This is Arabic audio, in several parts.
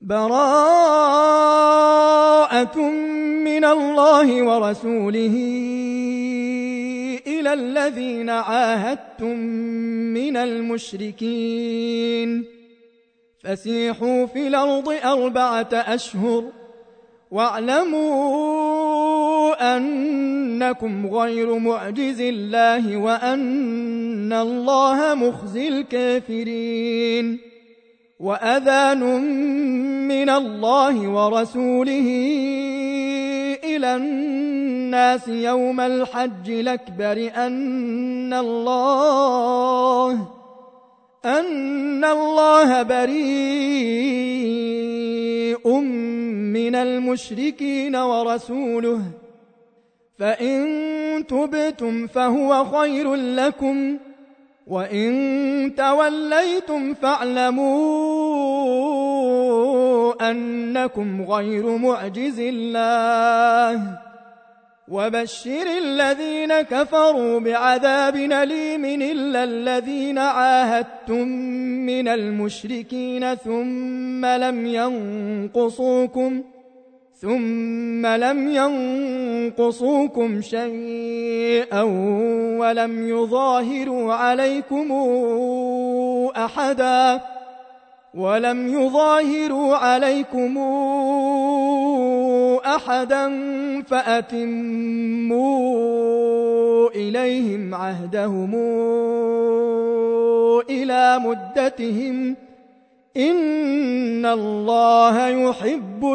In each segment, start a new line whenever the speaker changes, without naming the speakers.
براءة من الله ورسوله إلى الذين عاهدتم من المشركين فسيحوا في الأرض 4 أشهر واعلموا أنكم غير معجز الله وأن الله مخزي الكافرين وأذان من الله ورسوله إلى الناس يوم الحج الأكبر أن الله بريء من المشركين ورسوله فإن تبتم فهو خير لكم وإن توليتم فاعلموا أنكم غير معجز الله وبشر الذين كفروا بعذاب أليم إلا الذين عاهدتم من المشركين ثم لم ينقصوكم شيئا ولم يظاهروا عليكم أحدا فأتموا إليهم عهدهم إلى مدتهم إن الله يحب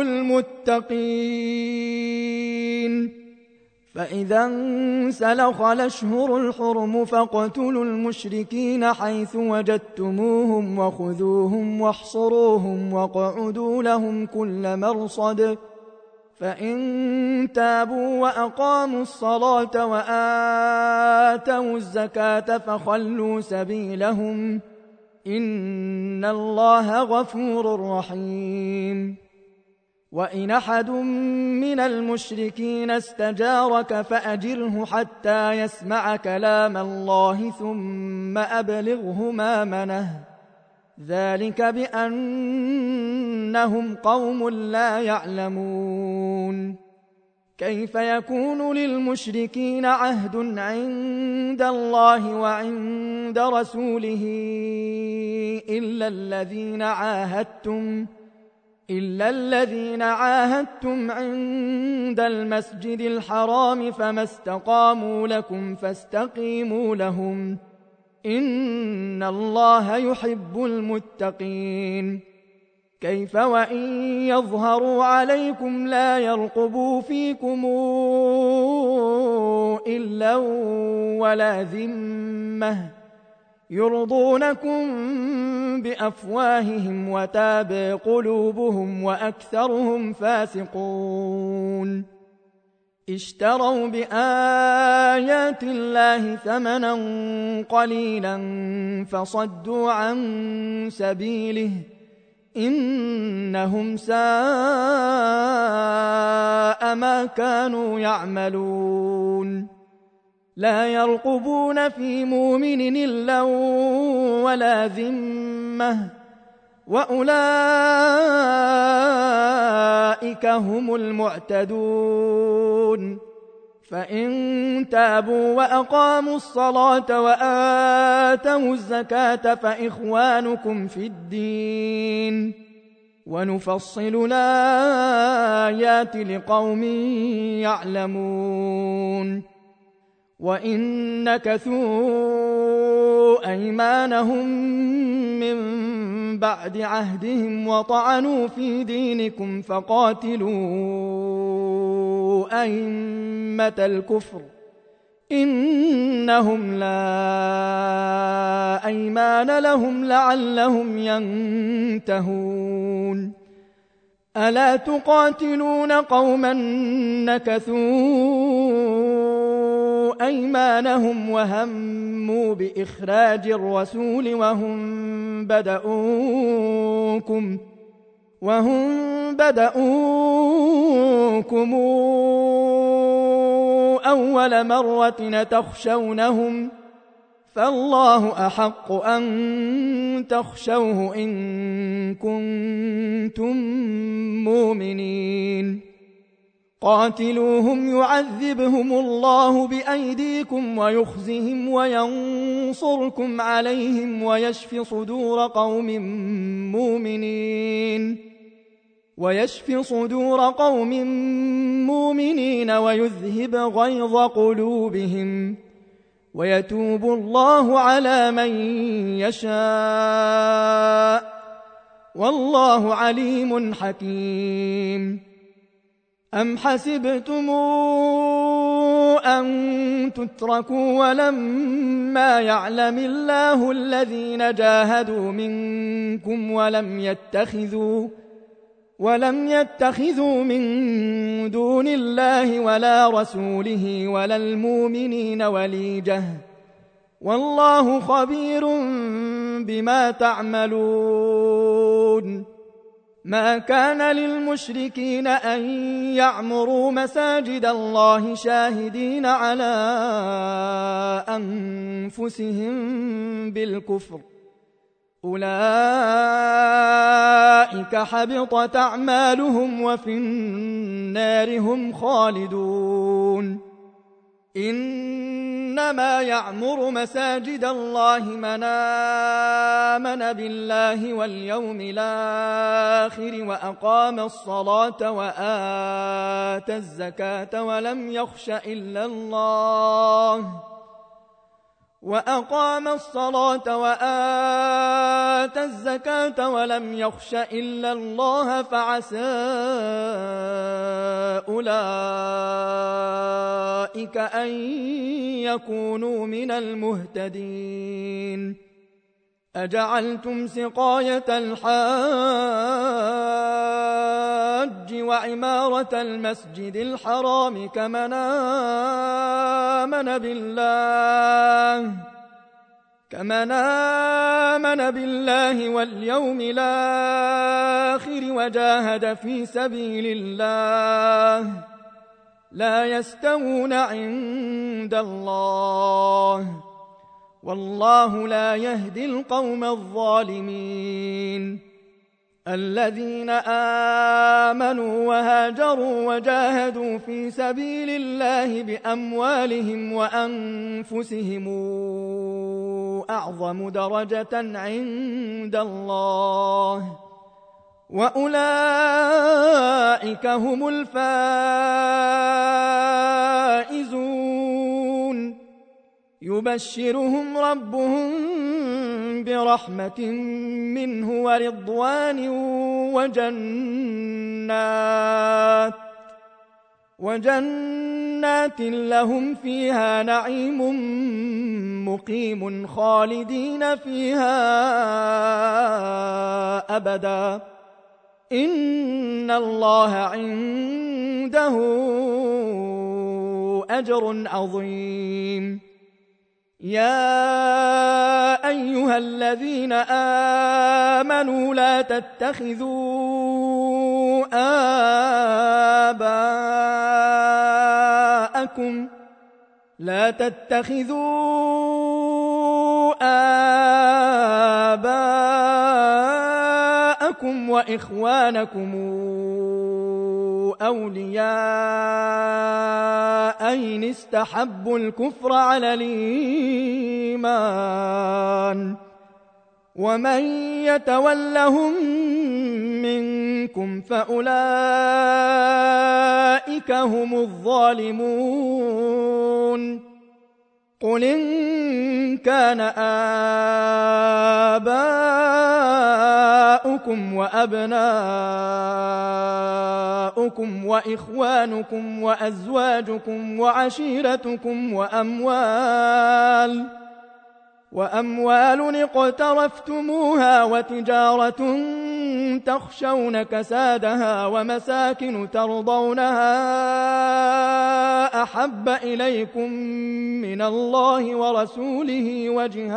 المتقين فإذا انسلخ الأشهر الحرم فاقتلوا المشركين حيث وجدتموهم وخذوهم واحصروهم واقعدوا لهم كل مرصد فإن تابوا وأقاموا الصلاة وآتوا الزكاة فخلوا سبيلهم إن الله غفور رحيم وإن أحد من المشركين استجارك فأجره حتى يسمع كلام الله ثم أبلغه مأمنه ذلك بأنهم قوم لا يعلمون كيف يكون للمشركين عهد عند الله وعند رسوله إلا الذين عاهدتم عند المسجد الحرام فما استقاموا لكم فاستقيموا لهم إن الله يحب المتقين كيف وإن يظهروا عليكم لا يرقبوا فيكم إلا ولا ذمة يرضونكم بأفواههم وتابى قلوبهم وأكثرهم فاسقون اشتروا بآيات الله ثمنا قليلا فصدوا عن سبيله إنهم ساء ما كانوا يعملون لا يرقبون في مؤمن إلا ولا ذمة وأولئك هم المعتدون فإن تابوا وأقاموا الصلاة وآتوا الزكاة فإخوانكم في الدين ونفصل الآيات لقوم يعلمون وإن نكثوا أيمانهم من بعد عهدهم وطعنوا في دينكم فقاتلوا أئمة الكفر إنهم لا أيمان لهم لعلهم ينتهون ألا تقاتلون قوما نكثوا أيمانهم وهموا بإخراج الرسول وهم بدؤوكم أول مرة تخشونهم فالله أحق أن تخشوه إن كنتم مؤمنين قاتلوهم يعذبهم الله بأيديكم ويخزهم وينصركم عليهم ويشف صدور قوم مؤمنين ويذهب غيظ قلوبهم ويتوب الله على من يشاء والله عليم حكيم أم حسبتم أن تتركوا ولما يعلم الله الذين جاهدوا منكم ولم يتخذوا من دون الله ولا رسوله ولا المؤمنين وليجة والله خبير بما تعملون ما كان للمشركين أن يعمروا مساجد الله شاهدين على أنفسهم بالكفر أولئك حبطت أعمالهم وفي النار هم خالدون إنما يعمر مساجد الله من آمن بالله واليوم الآخر وأقام الصلاة وآتى الزكاة ولم يخش إلا الله فعسى أولئك أن يكونوا من المهتدين أجعلتم سقاية الحاج وعمارة المسجد الحرام كمن آمن بالله واليوم الآخر وجاهد في سبيل الله لا يستوون عند الله والله لا يهدي القوم الظالمين الذين آمنوا وهاجروا وجاهدوا في سبيل الله بأموالهم وأنفسهم أعظم درجة عند الله وأولئك هم الفائزون يبشرهم ربهم برحمة منه ورضوان وجنات لهم فيها نعيم مقيم خالدين فيها أبدا إن الله عنده أجر عظيم يا أيها الذين آمنوا لا تتخذوا آباءكم وإخوانكم أولياء إن استحبوا الكفر على الإيمان ومن يتولهم منكم فأولئك هم الظالمون قل إن كان آباؤكم وأبناؤكم وإخوانكم وأزواجكم وعشيرتكم وأموال اقترفتموها وتجارة تخشون كسادها ومساكن ترضونها أحب إليكم من الله ورسوله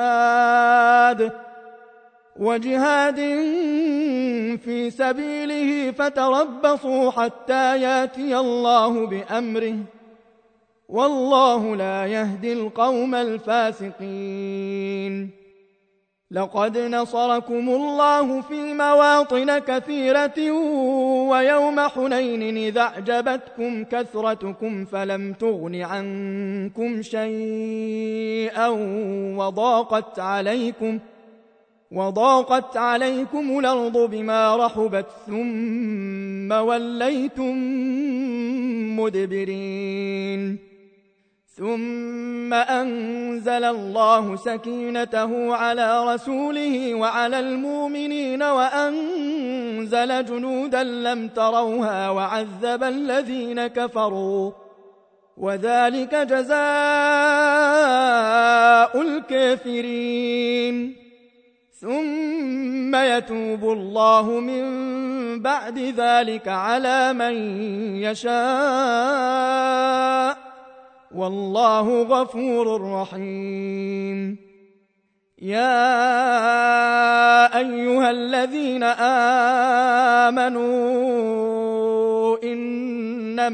وجهاد في سبيله فتربصوا حتى ياتي الله بأمره والله لا يهدي القوم الفاسقين. لقد نصركم الله في مواطن كثيرة ويوم حنين إذا أعجبتكم كثرتكم فلم تغن عنكم شيئا وضاقت عليكم الأرض بما رحبت ثم وليتم مدبرين. ثم أنزل الله سكينته على رسوله وعلى المؤمنين وأنزل جنودا لم تروها وعذب الذين كفروا وذلك جزاء الكافرين. ثم يتوب الله من بعد ذلك على من يشاء والله غفور رحيم. يا أيها الذين آمنوا إنما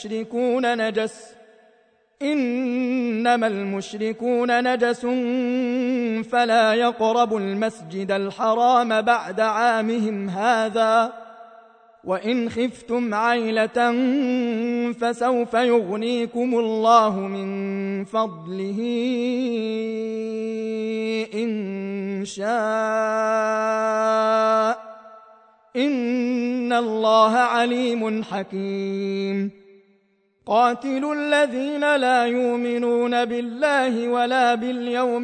المشركون نجس فلا يقربوا المسجد الحرام بعد عامهم هذا وإن خفتم عيلة فسوف يغنيكم الله من فضله إن شاء إن الله عليم حكيم. قاتلوا الذين لا يؤمنون بالله ولا باليوم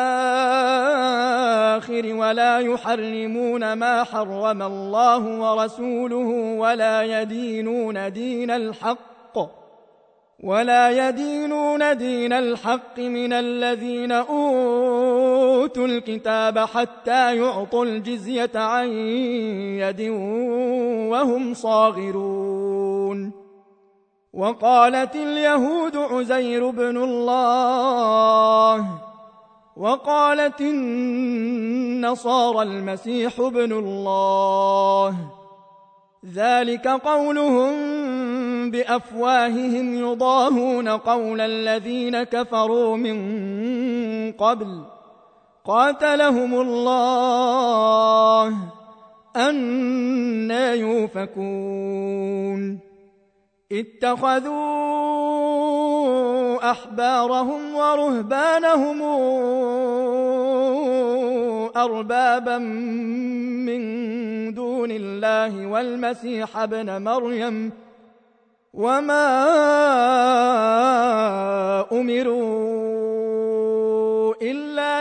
الآخر ولا يحرمون ما حرم الله ورسوله ولا يدينون دين الحق من الذين أوتوا الكتاب حتى يعطوا الجزية عن يد وهم صاغرون. وقالت اليهود عزير بن الله وقالت النصارى المسيح بن الله ذلك قولهم بأفواههم يضاهون قول الذين كفروا من قبل قاتلهم الله أنى يؤفكون. اتخذوا أحبارهم ورهبانهم أربابا من دون الله والمسيح ابن مريم وما أمروا إلا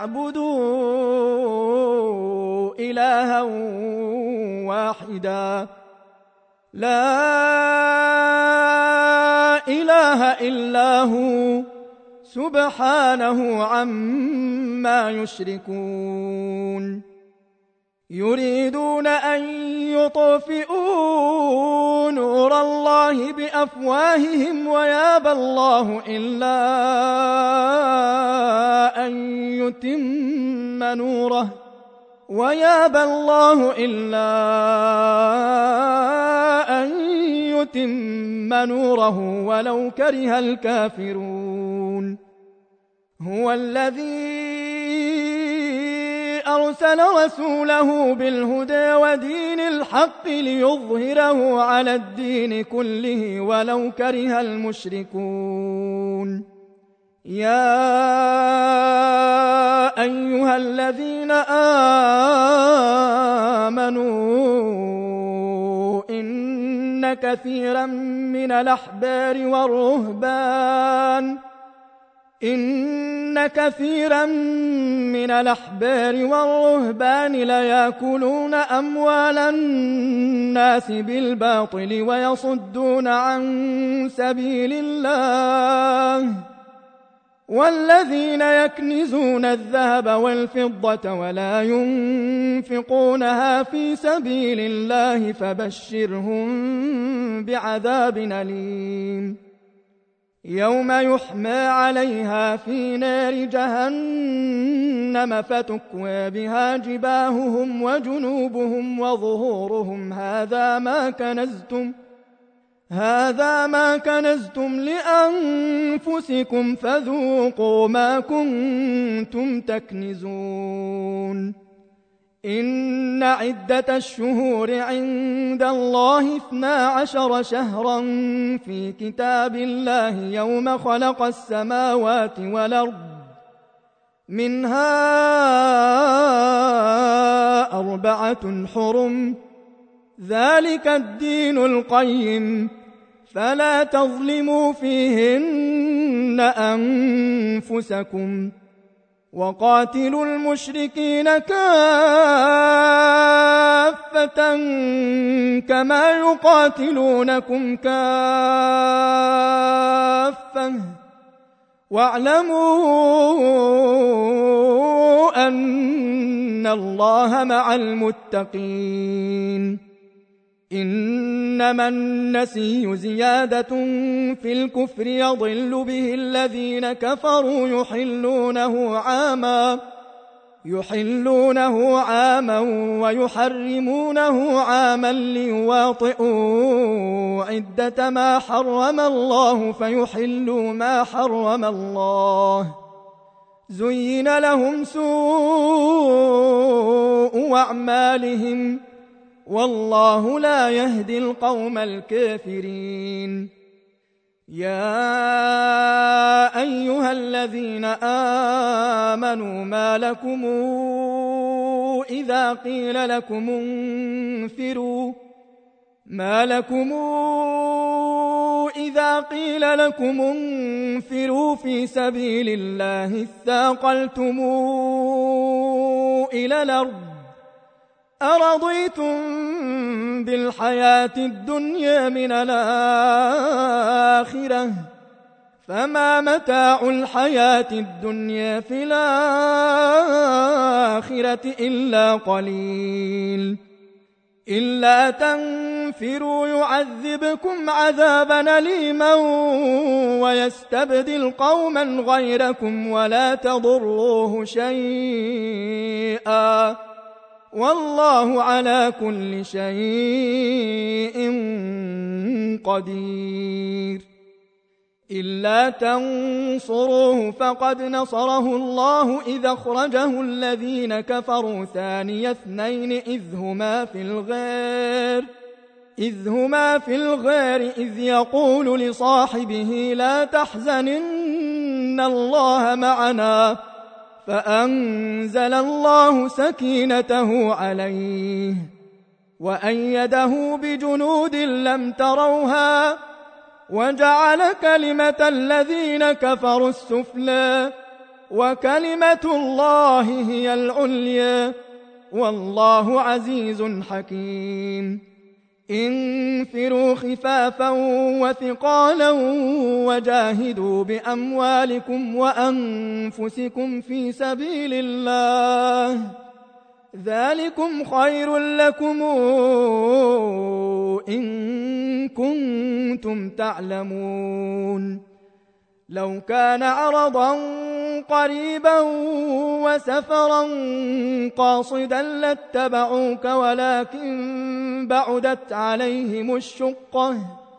ليعبدوا إلها واحدا لا إله إلا هو سبحانه عما يشركون. يريدون أن يطفئوا نور الله بأفواههم ويابى الله إلا أن يتم نوره ولو كره الكافرون. هو الذي أرسل رسوله بالهدى ودين الحق ليظهره على الدين كله ولو كره المشركون. يا أيها الذين آمنوا إن كثيرا من الأحبار والرهبان ليأكلون أموال الناس بالباطل ويصدون عن سبيل الله والذين يكنزون الذهب والفضة ولا ينفقونها في سبيل الله فبشرهم بعذاب أليم. يوم يحمى عليها في نار جهنم فتكوى بها جباههم وجنوبهم وظهورهم هذا ما كنزتم لأنفسكم فذوقوا ما كنتم تكنزون إن عدة الشهور عند الله 12 شهرا في كتاب الله يوم خلق السماوات والأرض منها 4 حرم ذلك الدين القيم فلا تظلموا فيهن أنفسكم وقاتلوا المشركين كافة كما يقاتلونكم كافة واعلموا أن الله مع المتقين إنما النسي زيادة في الكفر يضل به الذين كفروا يحلونه عاما ويحرمونه عاما ليواطئوا عدة ما حرم الله فيحلوا ما حرم الله زين لهم سوء أعمالهم والله لا يهدي القوم الكافرين يا أيها الذين آمنوا ما لكم إذا قيل لكم انفروا في سبيل الله اثاقلتم إلى الأرض أرضيتم بالحياة الدنيا من الآخرة فما متاع الحياة الدنيا في الآخرة إلا قليل إلا تنفروا يعذبكم عذابا أليما ويستبدل قوما غيركم ولا تضروه شيئا والله على كل شيء قدير إلا تنصروه فقد نصره الله إذ أخرجه الذين كفروا ثاني اثنين إذ هما في الغار إذ يقول لصاحبه لا تحزن إن الله معنا فأنزل الله سكينته عليه وأيده بجنود لم تروها وجعل كلمة الذين كفروا السفلى وكلمة الله هي العليا والله عزيز حكيم انفروا خفافا وثقالا وجاهدوا بأموالكم وأنفسكم في سبيل الله ذلكم خير لكم إن كنتم تعلمون لو كان عرضا قريبا وسفرا قاصدا لاتبعوك ولكن بعدت عليهم الشقة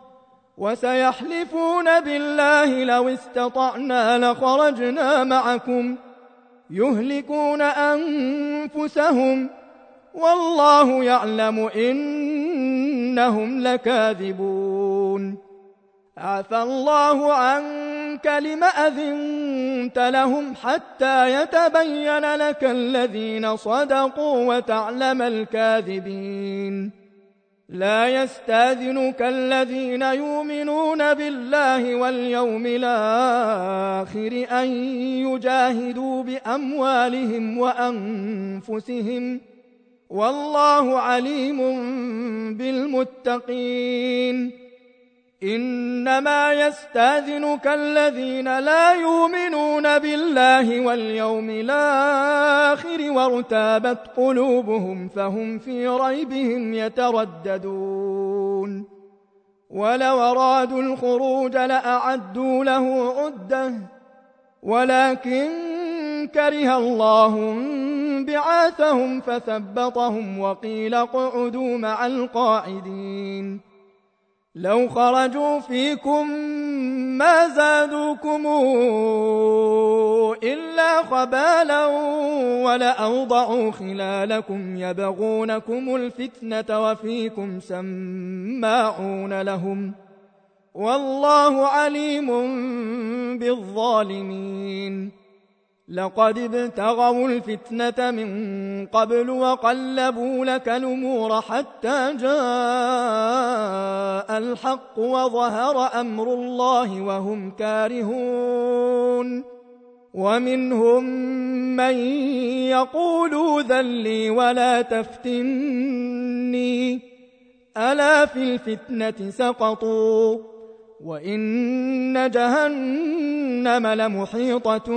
وسيحلفون بالله لو استطعنا لخرجنا معكم يهلكون أنفسهم والله يعلم إنهم لكاذبون عفى الله عنك لم أذنت لهم حتى يتبين لك الذين صدقوا وتعلم الكاذبين لا يستاذنك الذين يؤمنون بالله واليوم الآخر أن يجاهدوا بأموالهم وأنفسهم والله عليم بالمتقين إنما يستاذنك الذين لا يؤمنون بالله واليوم الآخر وارتابت قلوبهم فهم في ريبهم يترددون ولو أرادوا الخروج لأعدوا له عدة ولكن كره الله بعاثهم فثبطهم وقيل اقعدوا مع القاعدين لو خرجوا فيكم ما زادوكم إلا خبالا ولأوضعوا خلالكم يبغونكم الفتنة وفيكم سماعون لهم والله عليم بالظالمين لقد ابتغوا الفتنة من قبل وقلبوا لك الأمور حتى جاء الحق وظهر أمر الله وهم كارهون ومنهم من يقول ذلي ولا تفتني ألا في الفتنة سقطوا وإن جهنم لمحيطة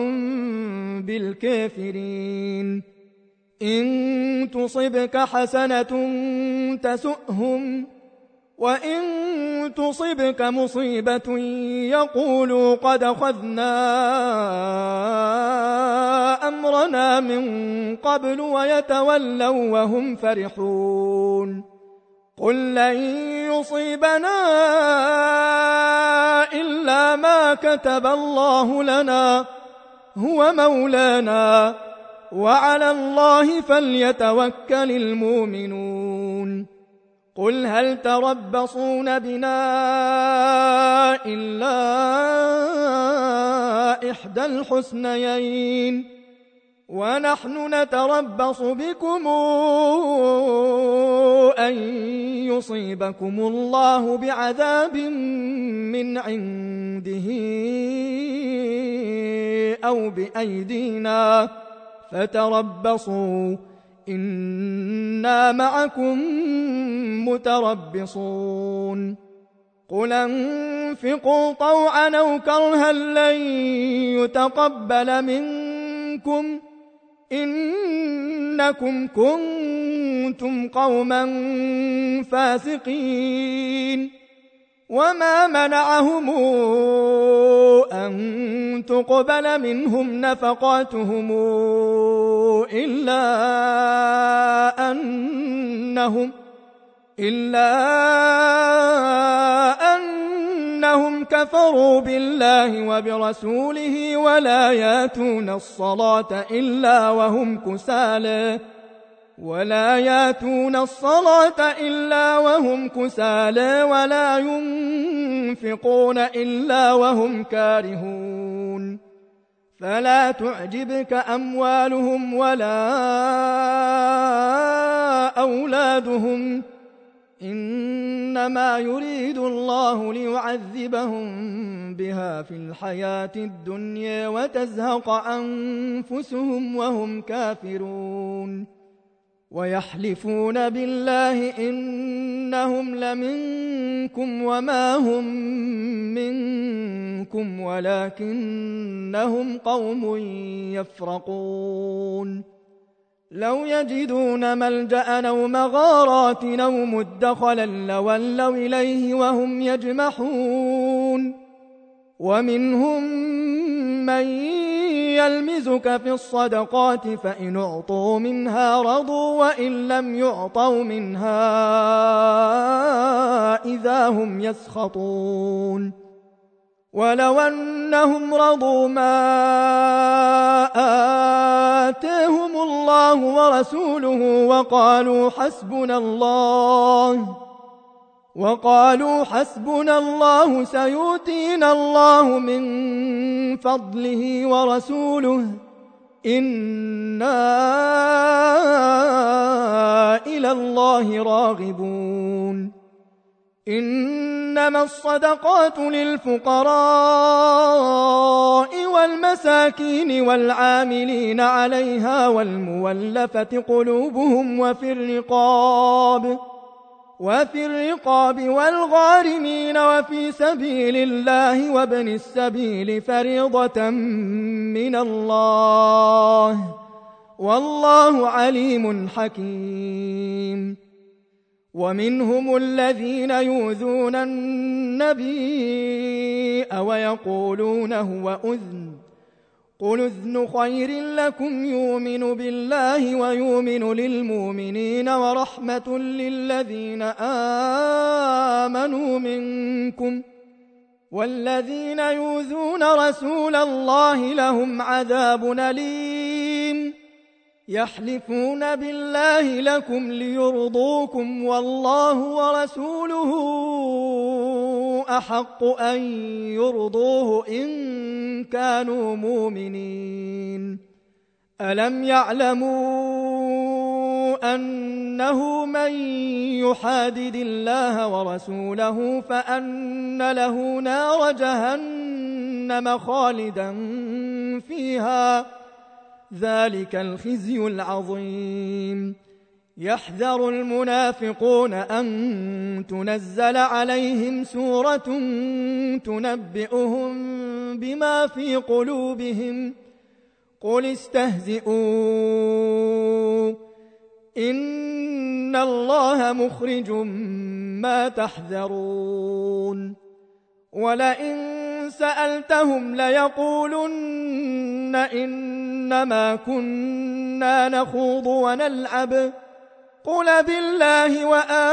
بالكافرين إن تصبك حسنة تسؤهم وإن تصبك مصيبة يقولوا قد أخذنا أمرنا من قبل ويتولوا وهم فرحون قل لن يصيبنا إلا ما كتب الله لنا هو مولانا وعلى الله فليتوكل المؤمنون قل هل تربصون بنا إلا إحدى الحسنيين ونحن نتربص بكم أن يصيبكم الله بعذاب من عنده أو بأيدينا فتربصوا إنا معكم متربصون قل انفقوا طوعا أو كرها لن يتقبل منكم إنكم كنتم قوما فاسقين وما منعهم أن تقبل منهم نفقاتهم إلا أنهم كفروا بالله وبرسوله ولا ياتون الصلاة إلا وهم كسالى ولا ينفقون إلا وهم كارهون فلا تعجبك أموالهم ولا أولادهم إنما يريد الله ليعذبهم بها في الحياة الدنيا وتزهق أنفسهم وهم كافرون ويحلفون بالله إنهم لمنكم وما هم منكم ولكنهم قوم يفرقون لو يجدون ملجأ أو مغارات أو مدخلا لولوا إليه وهم يجمحون ومنهم من يلمزك في الصدقات فإن أعطوا منها رضوا وإن لم يعطوا منها إذا هم يسخطون ولو أنهم رضوا ما آتاهم الله ورسوله وقالوا حسبنا الله سيؤتينا الله من فضله ورسوله إنا إلى الله راغبون إنما الصدقات للفقراء والمساكين والعاملين عليها والمولفة قلوبهم وفي الرقاب والغارمين وفي سبيل الله وابن السبيل فريضة من الله والله عليم حكيم ومنهم الذين يؤذون النبي ويقولون هو أذن قل اذن خير لكم يؤمن بالله ويؤمن للمؤمنين ورحمة للذين آمنوا منكم والذين يؤذون رسول الله لهم عذاب أليم يحلفون بالله لكم ليرضوكم والله ورسوله أحق أن يرضوه إن كانوا مؤمنين ألم يعلموا أنه من يحادد الله ورسوله فأن له نار جهنم خالدا فيها ذلك الخزي العظيم يحذر المنافقون أن تنزل عليهم سورة تنبئهم بما في قلوبهم قل استهزئوا إن الله مخرج ما تحذرون ولئن سألتهم ليقولن إنما كنا نخوض ونلعب قل بالله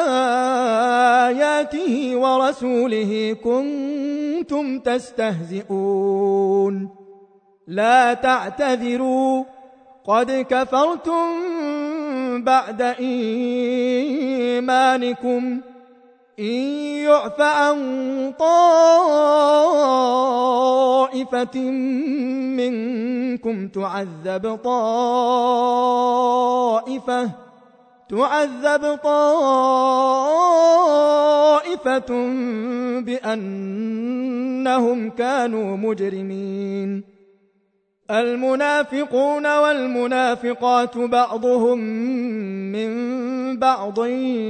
وآياته ورسوله كنتم تستهزئون لا تعتذروا قد كفرتم بعد إيمانكم إن يعف عن طائفة منكم تعذب طائفة بأنهم كانوا مجرمين المنافقون والمنافقات بعضهم من بعض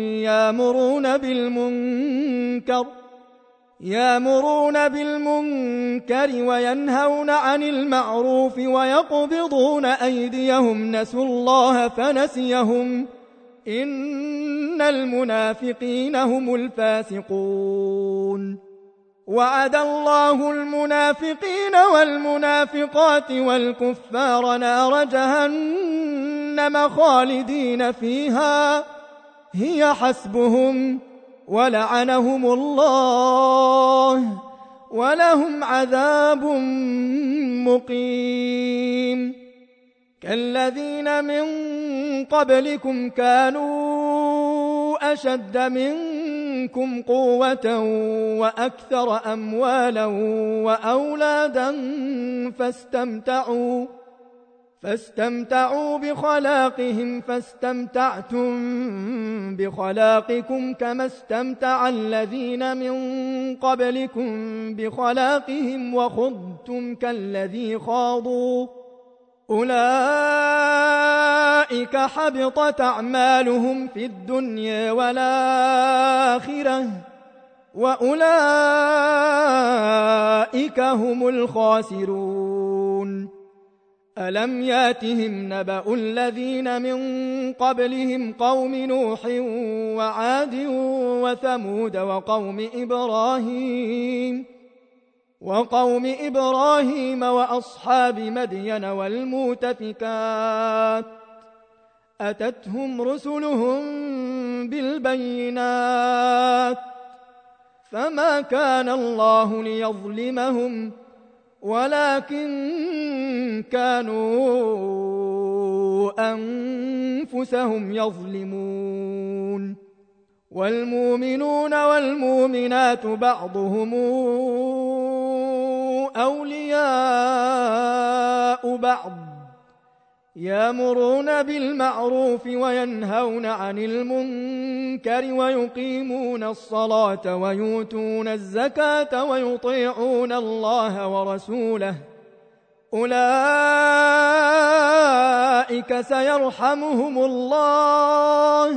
يأمرون بالمنكر وينهون عن المعروف ويقبضون أيديهم نسوا الله فنسيهم إن المنافقين هم الفاسقون وعد الله المنافقين والمنافقات والكفار نار جهنم خالدين فيها هي حسبهم ولعنهم الله ولهم عذاب مقيم كالذين من قبلكم كانوا أشد منكم قوة وأكثر أموالا وأولادا فاستمتعوا بخلاقهم فاستمتعتم بخلاقكم كما استمتع الذين من قبلكم بخلاقهم وخضتم كالذي خاضوا أولئك حبطت أعمالهم في الدنيا والآخرة وأولئك هم الخاسرون ألم ياتهم نبأ الذين من قبلهم قوم نوح وعاد وثمود وقوم إبراهيم وأصحاب مدين والمؤتفكات أتتهم رسلهم بالبينات فما كان الله ليظلمهم ولكن كانوا أنفسهم يظلمون والمؤمنون والمؤمنات بعضهم أولياء بعض يأمرون بالمعروف وينهون عن المنكر ويقيمون الصلاة ويؤتون الزكاة ويطيعون الله ورسوله أولئك سيرحمهم الله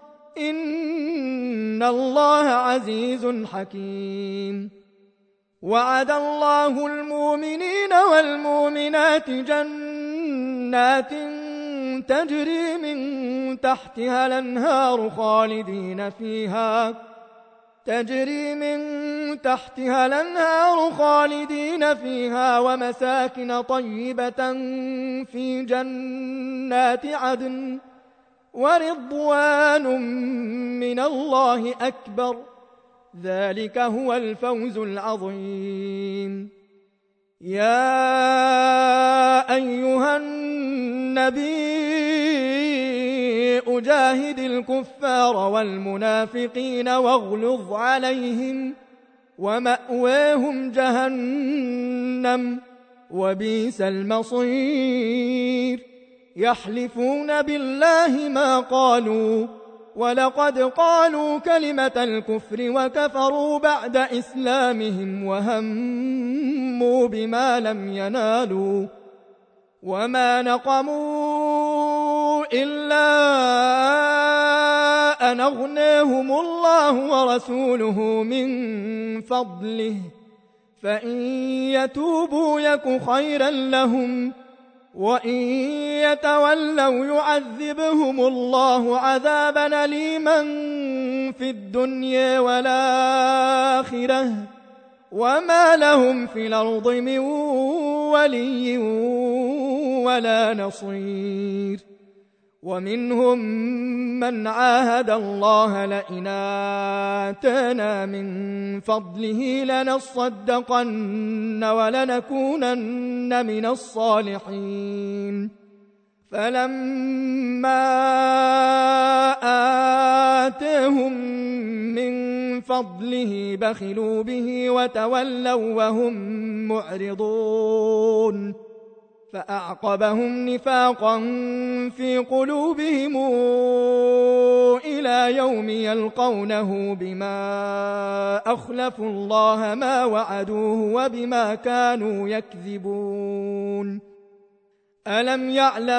إن الله عزيز حكيم وعد الله المؤمنين والمؤمنات جنات تجري من تحتها الأنهار تجري من تحتها الأنهار خالدين فيها ومساكن طيبة في جنات عدن ورضوان من الله أكبر ذلك هو الفوز العظيم. يا أيها النبي أجاهد الكفار والمنافقين واغلظ عليهم ومأواهم جهنم وبئس المصير. يحلفون بالله ما قالوا ولقد قالوا كلمة الكفر وكفروا بعد إسلامهم وهموا بما لم ينالوا وما نقموا إلا أن أغناهم الله ورسوله من فضله فإن يتوبوا يك خيرا لهم وإن يتولوا يعذبهم الله عذابا أليما في الدنيا والآخرة وما لهم في الأرض من ولي ولا نصير. ومنهم من عاهد الله لئن آتانا من فضله لنصدقن ولنكونن من الصالحين فلما آتاهم من فضله بخلوا به وتولوا وهم معرضون فأعقبهم نفاقا في قلوبهم إلى يوم يلقونه بما أخلفوا الله ما وعدوه وبما كانوا يكذبون. ألم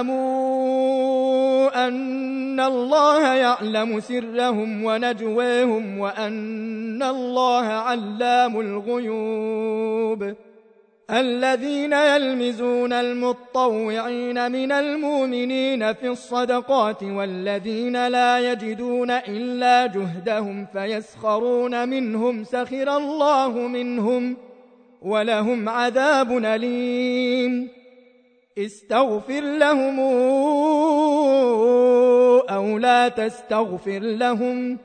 يعلموا أن الله يعلم سرهم ونجواهم وأن الله علام الغيوب. الذين يلمزون المطوعين من المؤمنين في الصدقات والذين لا يجدون إلا جهدهم فيسخرون منهم سخر الله منهم ولهم عذاب أليم. استغفر لهم أو لا تستغفر لهم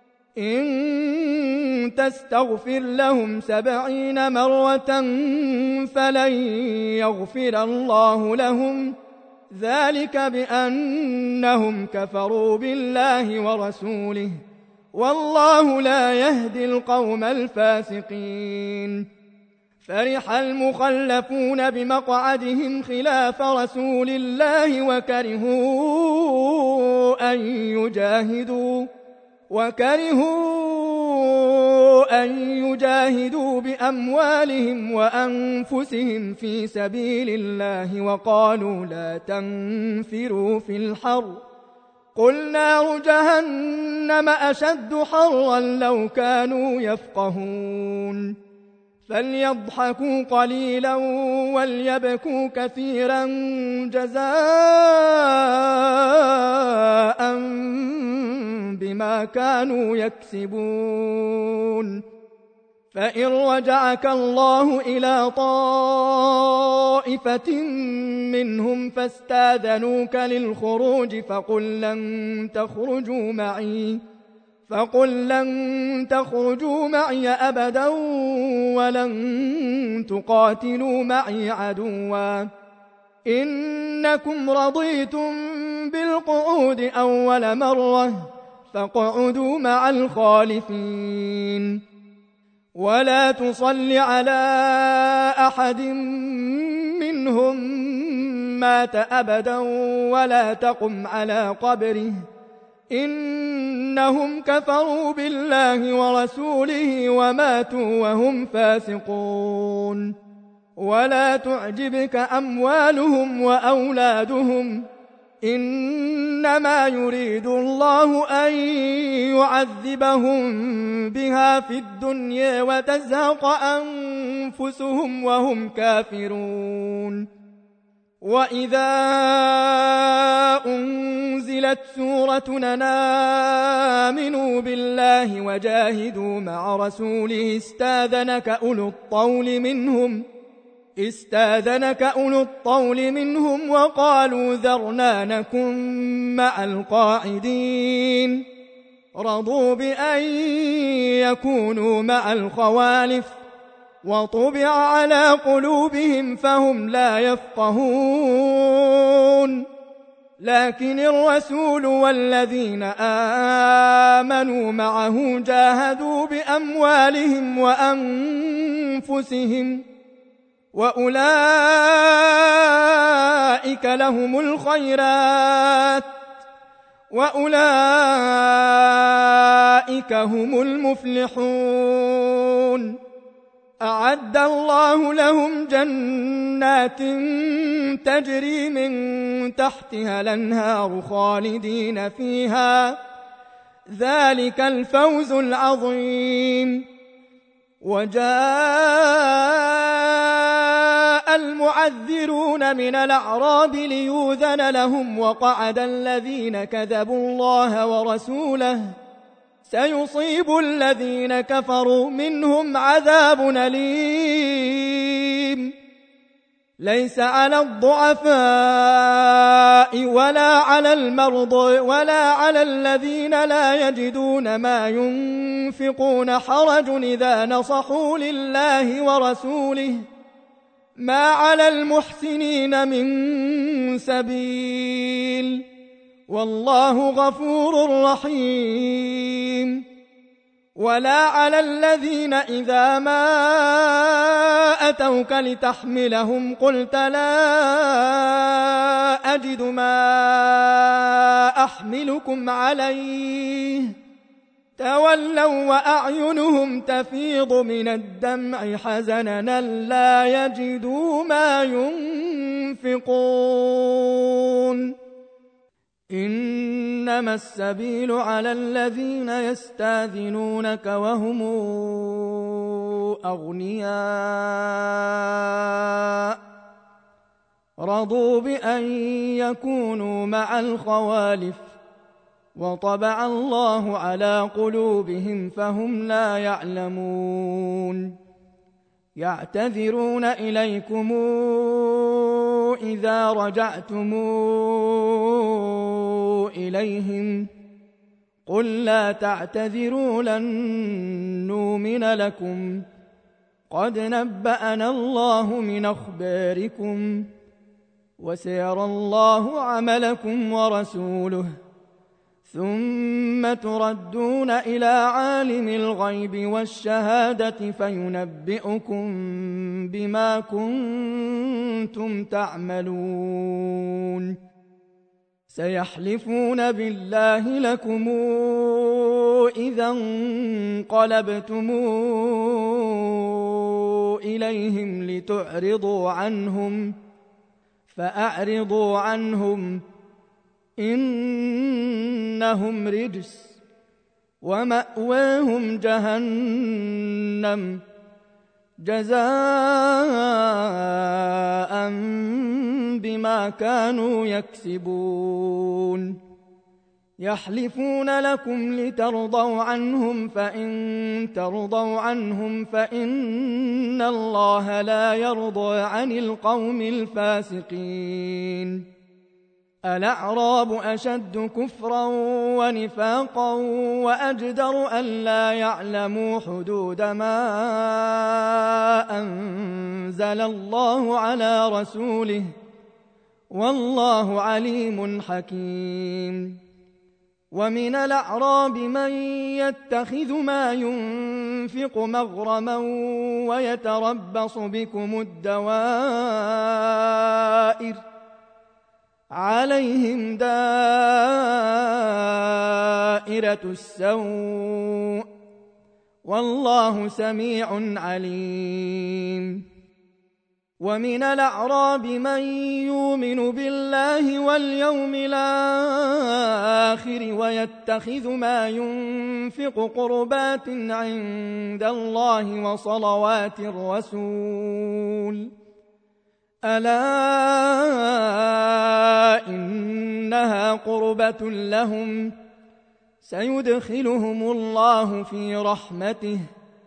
إن تستغفر لهم 70 مرة فلن يغفر الله لهم ذلك بأنهم كفروا بالله ورسوله والله لا يهدي القوم الفاسقين. فرح المخلفون بمقعدهم خلاف رسول الله وكرهوا أن يجاهدوا بأموالهم وأنفسهم في سبيل الله وقالوا لا تنفروا في الحر قل نار جهنم أشد حرا لو كانوا يفقهون. فليضحكوا قليلا وليبكوا كثيرا جزاء بما كانوا يكسبون. فإن رجعك الله إلى طائفة منهم فاستاذنوك للخروج فقل لن تخرجوا معي أبدا ولن تقاتلوا معي عدوا إنكم رضيتم بالقعود أول مرة فاقعدوا مع الخالفين. ولا تصل على أحد منهم مات أبدا ولا تقم على قبره إنهم كفروا بالله ورسوله وماتوا وهم فاسقون. ولا تعجبك أموالهم وأولادهم إنما يريد الله أن يعذبهم بها في الدنيا وتزهق أنفسهم وهم كافرون. وإذا أنزلت سورة أن آمنوا بالله وجاهدوا مع رسوله استاذنك أولو الطول منهم وقالوا ذرنا نكن مع القاعدين رضوا بأن يكونوا مع الخوالف وطبع على قلوبهم فهم لا يفقهون لكن الرسول والذين آمنوا معه جاهدوا بأموالهم وأنفسهم وأولئك لهم الخيرات وأولئك هم المفلحون أعد الله لهم جنات تجري من تحتها الأنهار خالدين فيها ذلك الفوز العظيم وجاء المعذرون من الأعراب ليؤذن لهم وقعد الذين كذبوا الله ورسوله سيصيب الذين كفروا منهم عذاب أليم ليس على الضعفاء ولا على المرضى ولا على الذين لا يجدون ما ينفقون حرج إذا نصحوا لله ورسوله ما على المحسنين من سبيل والله غفور رحيم ولا على الذين إذا ما أتوك لتحملهم قلت لا أجد ما أحملكم عليه تولوا وأعينهم تفيض من الدمع حزنا لا يجدوا ما ينفقون إنما السبيل على الذين يستاذنونك وهم أغنياء رضوا بأن يكونوا مع الخوالف وطبع الله على قلوبهم فهم لا يعلمون يعتذرون إليكم إذا رجعتم إليهم قل لا تعتذروا لن نؤمن لكم قد نبأنا الله من أخباركم وسيرى الله عملكم ورسوله ثم تردون إلى عالم الغيب والشهادة فينبئكم بما كنتم تعملون سيحلفون بالله لكم إذا انقلبتم إليهم لتعرضوا عنهم فأعرضوا عنهم إنهم رجس ومأواهم جهنم جزاء بما كانوا يكسبون يحلفون لكم لترضوا عنهم فإن ترضوا عنهم فإن الله لا يرضى عن القوم الفاسقين الأعراب أشد كفرا ونفاقا وأجدر ألا يعلموا حدود ما أنزل الله على رسوله والله عليم حكيم ومن الأعراب من يتخذ ما ينفق مغرما ويتربص بكم الدوائر عليهم دائرة السوء والله سميع عليم ومن الأعراب من يؤمن بالله واليوم الآخر ويتخذ ما ينفق قربات عند الله وصلوات الرسول ألا إنها قربة لهم سيدخلهم الله في رحمته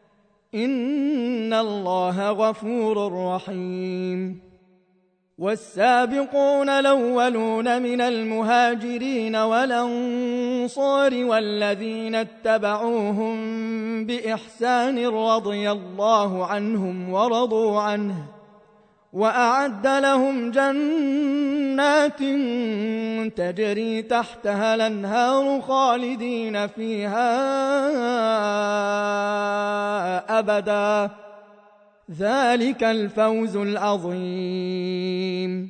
إن الله غفور رحيم والسابقون الأولون من المهاجرين والأنصار والذين اتبعوهم بإحسان رضي الله عنهم ورضوا عنه وأعد لهم جنات تجري تحتها الأنهار خالدين فيها أبدا ذلك الفوز العظيم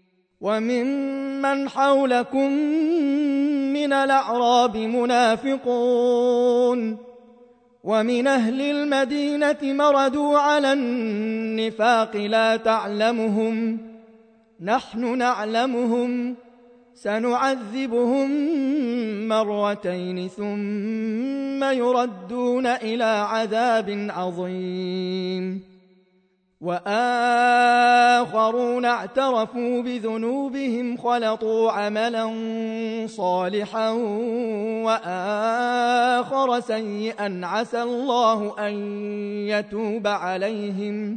وممن حولكم من الأعراب منافقون ومن أهل المدينة مردوا على النفاق لا تعلمهم نحن نعلمهم سنعذبهم مرتين ثم يردون إلى عذاب عظيم وآخرون اعترفوا بذنوبهم خلطوا عملا صالحا وآخر سيئا عسى الله أن يتوب عليهم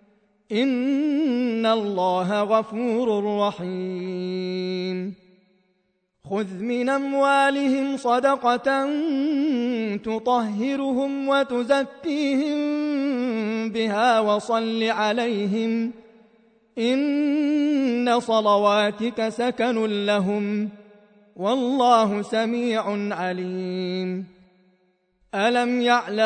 إن الله غفور رحيم خذ من أموالهم صدقة تطهرهم وتزكيهم بها وصل عليهم إن صلواتك سكن لهم والله سميع عليم ألم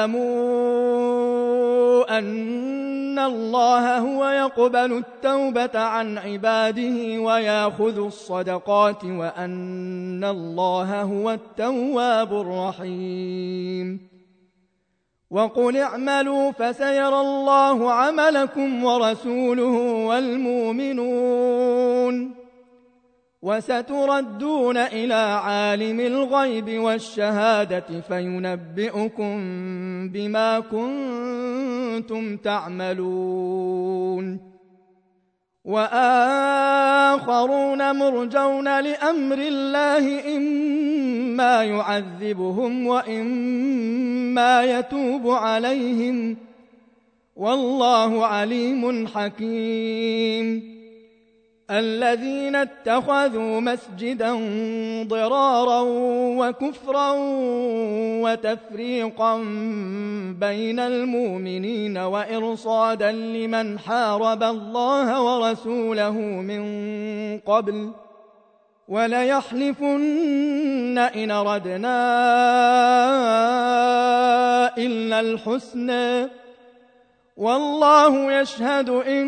يعلموا أن الله هو يقبل التوبة عن عباده ويأخذ الصدقات وأن الله هو التواب الرحيم وقل اعملوا فسيرى الله عملكم ورسوله والمؤمنون وستردون إلى عالم الغيب والشهادة فينبئكم بما كنتم تعملون وآخرون مرجون لأمر الله إما يعذبهم وإما يتوب عليهم والله عليم حكيم الذين اتخذوا مسجدا ضرارا وكفرا وتفريقا بين المؤمنين وإرصادا لمن حارب الله ورسوله من قبل وليحلفن إن أردنا إلا الحسنى والله يشهد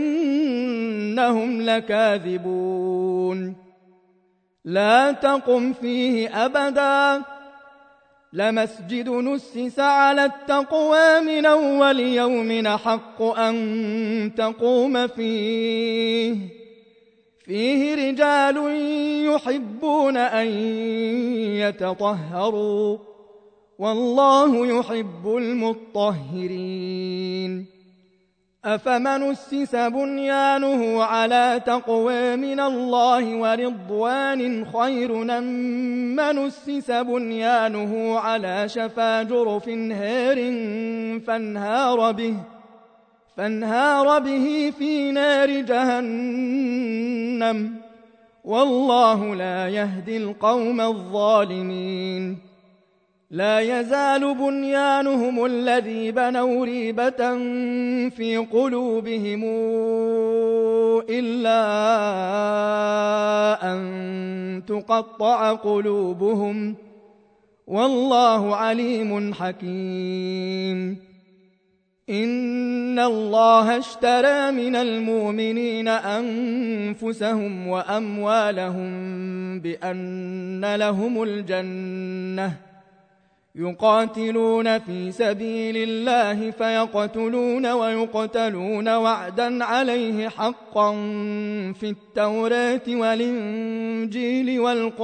إنهم لكاذبون لا تقم فيه أبدا لمسجد نسس على التقوى من أول يوم حق أن تقوم فيه رجال يحبون أن يتطهروا والله يحب المطهرين أفمن أسس بنيانه على تقوى من الله ورضوان خير أم من أسس بنيانه على شفا جرف هار فانهار به في نار جهنم والله لا يهدي القوم الظالمين لا يزال بنيانهم الذي بنوا ريبة في قلوبهم إلا أن تقطع قلوبهم والله عليم حكيم إن الله اشترى من المؤمنين أنفسهم وأموالهم بأن لهم الجنة يقاتلون في سبيل الله فيقتلون ويقتلون وعدا عليه حقا في التوراة والإنجيل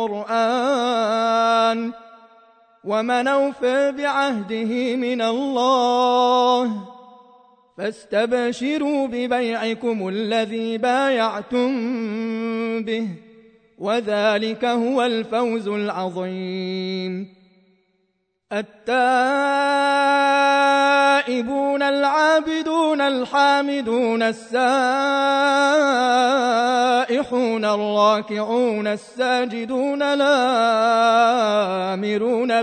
والقرآن ومن أوفى بعهده من الله فاستبشروا ببيعكم الذي بايعتم به وذلك هو الفوز العظيم. التائبون العابدون الحامدون السائحون الراكعون الساجدون الآمرون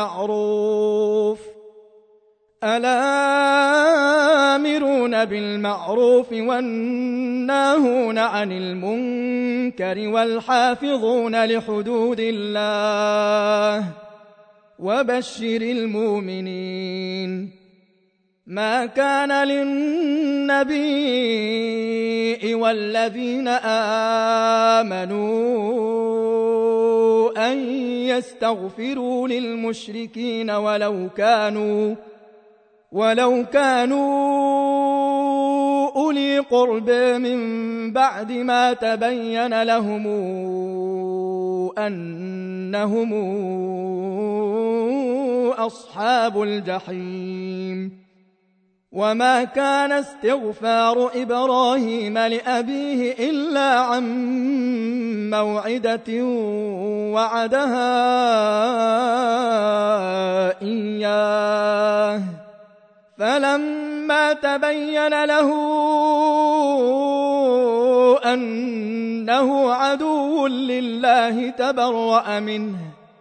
بالمعروف والناهون عن المنكر والحافظون لحدود الله وبشر المؤمنين. ما كان للنبي والذين آمنوا أن يستغفروا للمشركين ولو كانوا أولي قرب من بعد ما تبين لهم أنهم أصحاب الجحيم. وما كان استغفار إبراهيم لأبيه إلا عن موعدة وعدها إياه فلما تبين له أنه عدو لله تبرأ منه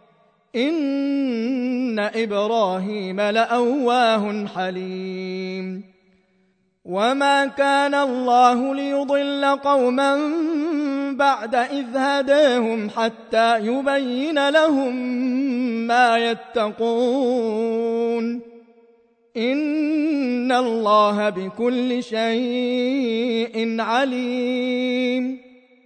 إن إبراهيم لأواه حليم. وما كان الله ليضل قوما بعد إذ هداهم حتى يبين لهم ما يتقون إن الله بكل شيء عليم.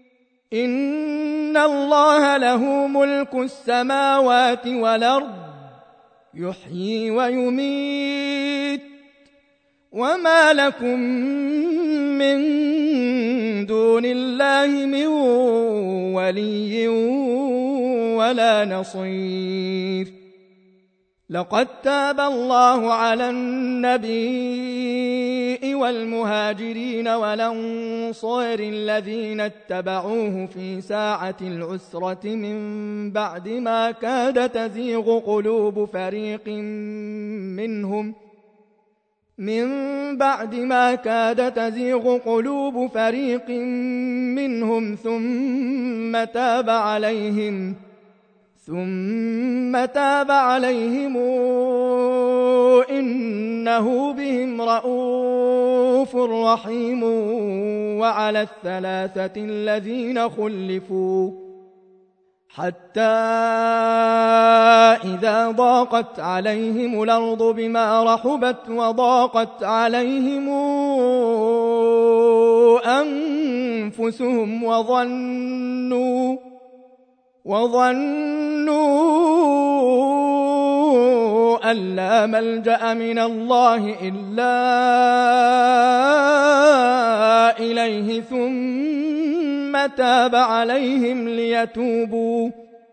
إن الله له ملك السماوات والأرض يحيي ويميت وما لكم من دون الله من ولي ولا نصير. لقد تاب الله على النبي والمهاجرين والأنصار الذين اتبعوه في ساعة العسرة من بعد ما كاد تزيغ قلوب فريق منهم ثم تاب عليهم إنه بهم رءوف رحيم. وعلى الثلاثة الذين خلفوا حتى إذا ضاقت عليهم الأرض بما رحبت وضاقت عليهم أنفسهم وظنوا أن لا ملجأ من الله إلا إليه ثم تاب عليهم ليتوبوا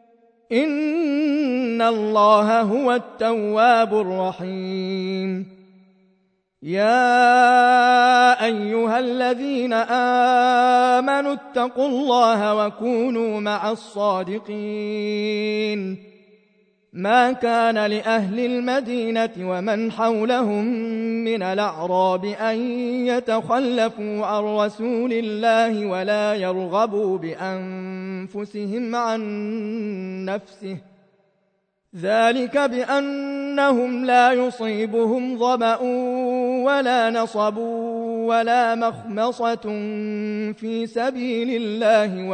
إن الله هو التواب الرحيم. يا أيها الذين آمنوا اتقوا الله وكونوا مع الصادقين. ما كان لأهل المدينة ومن حولهم من الأعراب أن يتخلفوا عن رسول الله ولا يرغبوا بأنفسهم عن نفسه ذلك بأنهم لا يصيبهم ظمأ ولا نصب ولا مخمصة في سبيل الله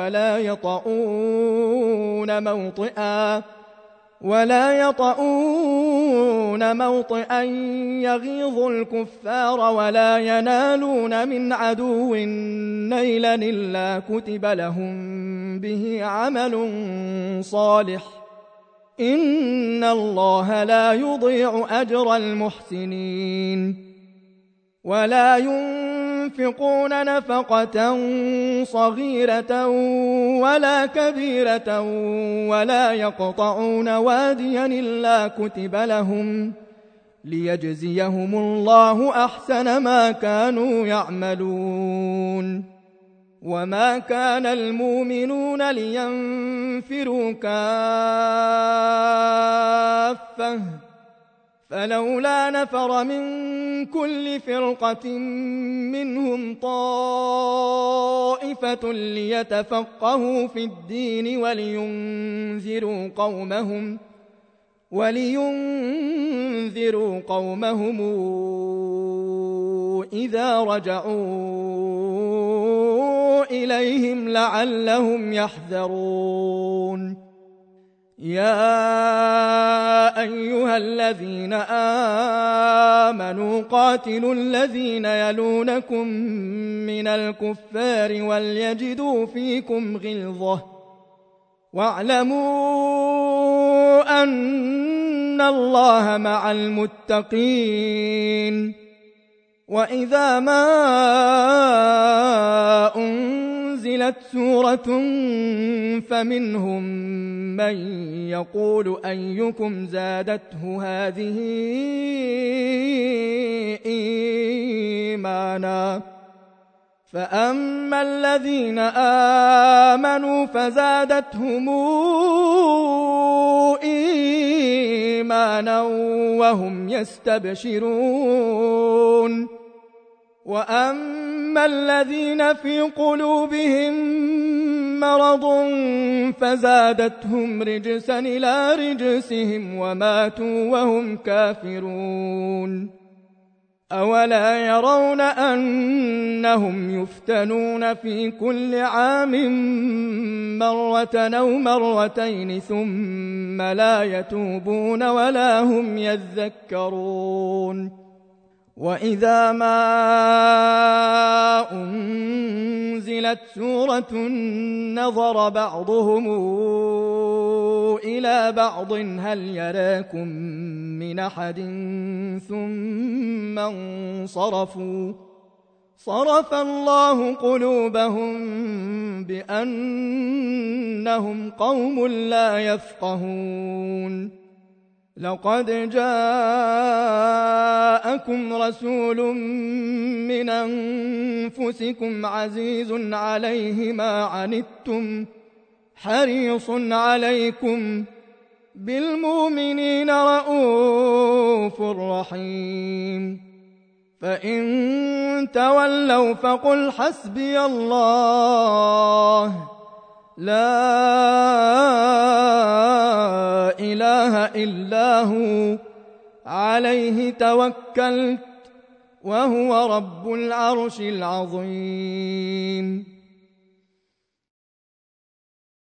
ولا يطؤون موطئا يغيظ الكفار ولا ينالون من عدو نيلا إلا كتب لهم به عمل صالح إن الله لا يضيع أجر المحسنين. ولا ينفقون نفقة صغيرة ولا كبيرة ولا يقطعون واديا إلا ليجزيهم الله أحسن ما كانوا يعملون. وما كان المؤمنون لينفروا كافة فلولا نفر من كل فرقة منهم طائفة ليتفقهوا في الدين ولينذروا قومهم إذا رجعوا إليهم لعلهم يحذرون. يا أيها الذين آمنوا قاتلوا الذين يلونكم من الكفار وليجدوا فيكم غلظة واعلموا أن الله مع المتقين. وإذا ما أنزلت سورة فمنهم من يقول أيكم زادته هذه إيمانا فأما الذين آمنوا فزادتهم إيمانا وهم يستبشرون. وأما الذين في قلوبهم مرض فزادتهم رجسا إلى رجسهم وماتوا وهم كافرون. أولا يرون أنهم يفتنون في كل عام مرة أو مرتين ثم لا يتوبون ولا هم يذكرون. وإذا ما أنزلت سورة نظر بعضهم إلى بعض هل يراكم من أحد ثم انصرفوا صرف الله قلوبهم بأنهم قوم لا يفقهون. لقد جاءكم رسول من أنفسكم عزيز عليه ما عنتم حريص عليكم بالمؤمنين رءوف رحيم. فإن تولوا فقل حسبي الله لا إله إلا هو عليه توكلت وهو رب العرش العظيم.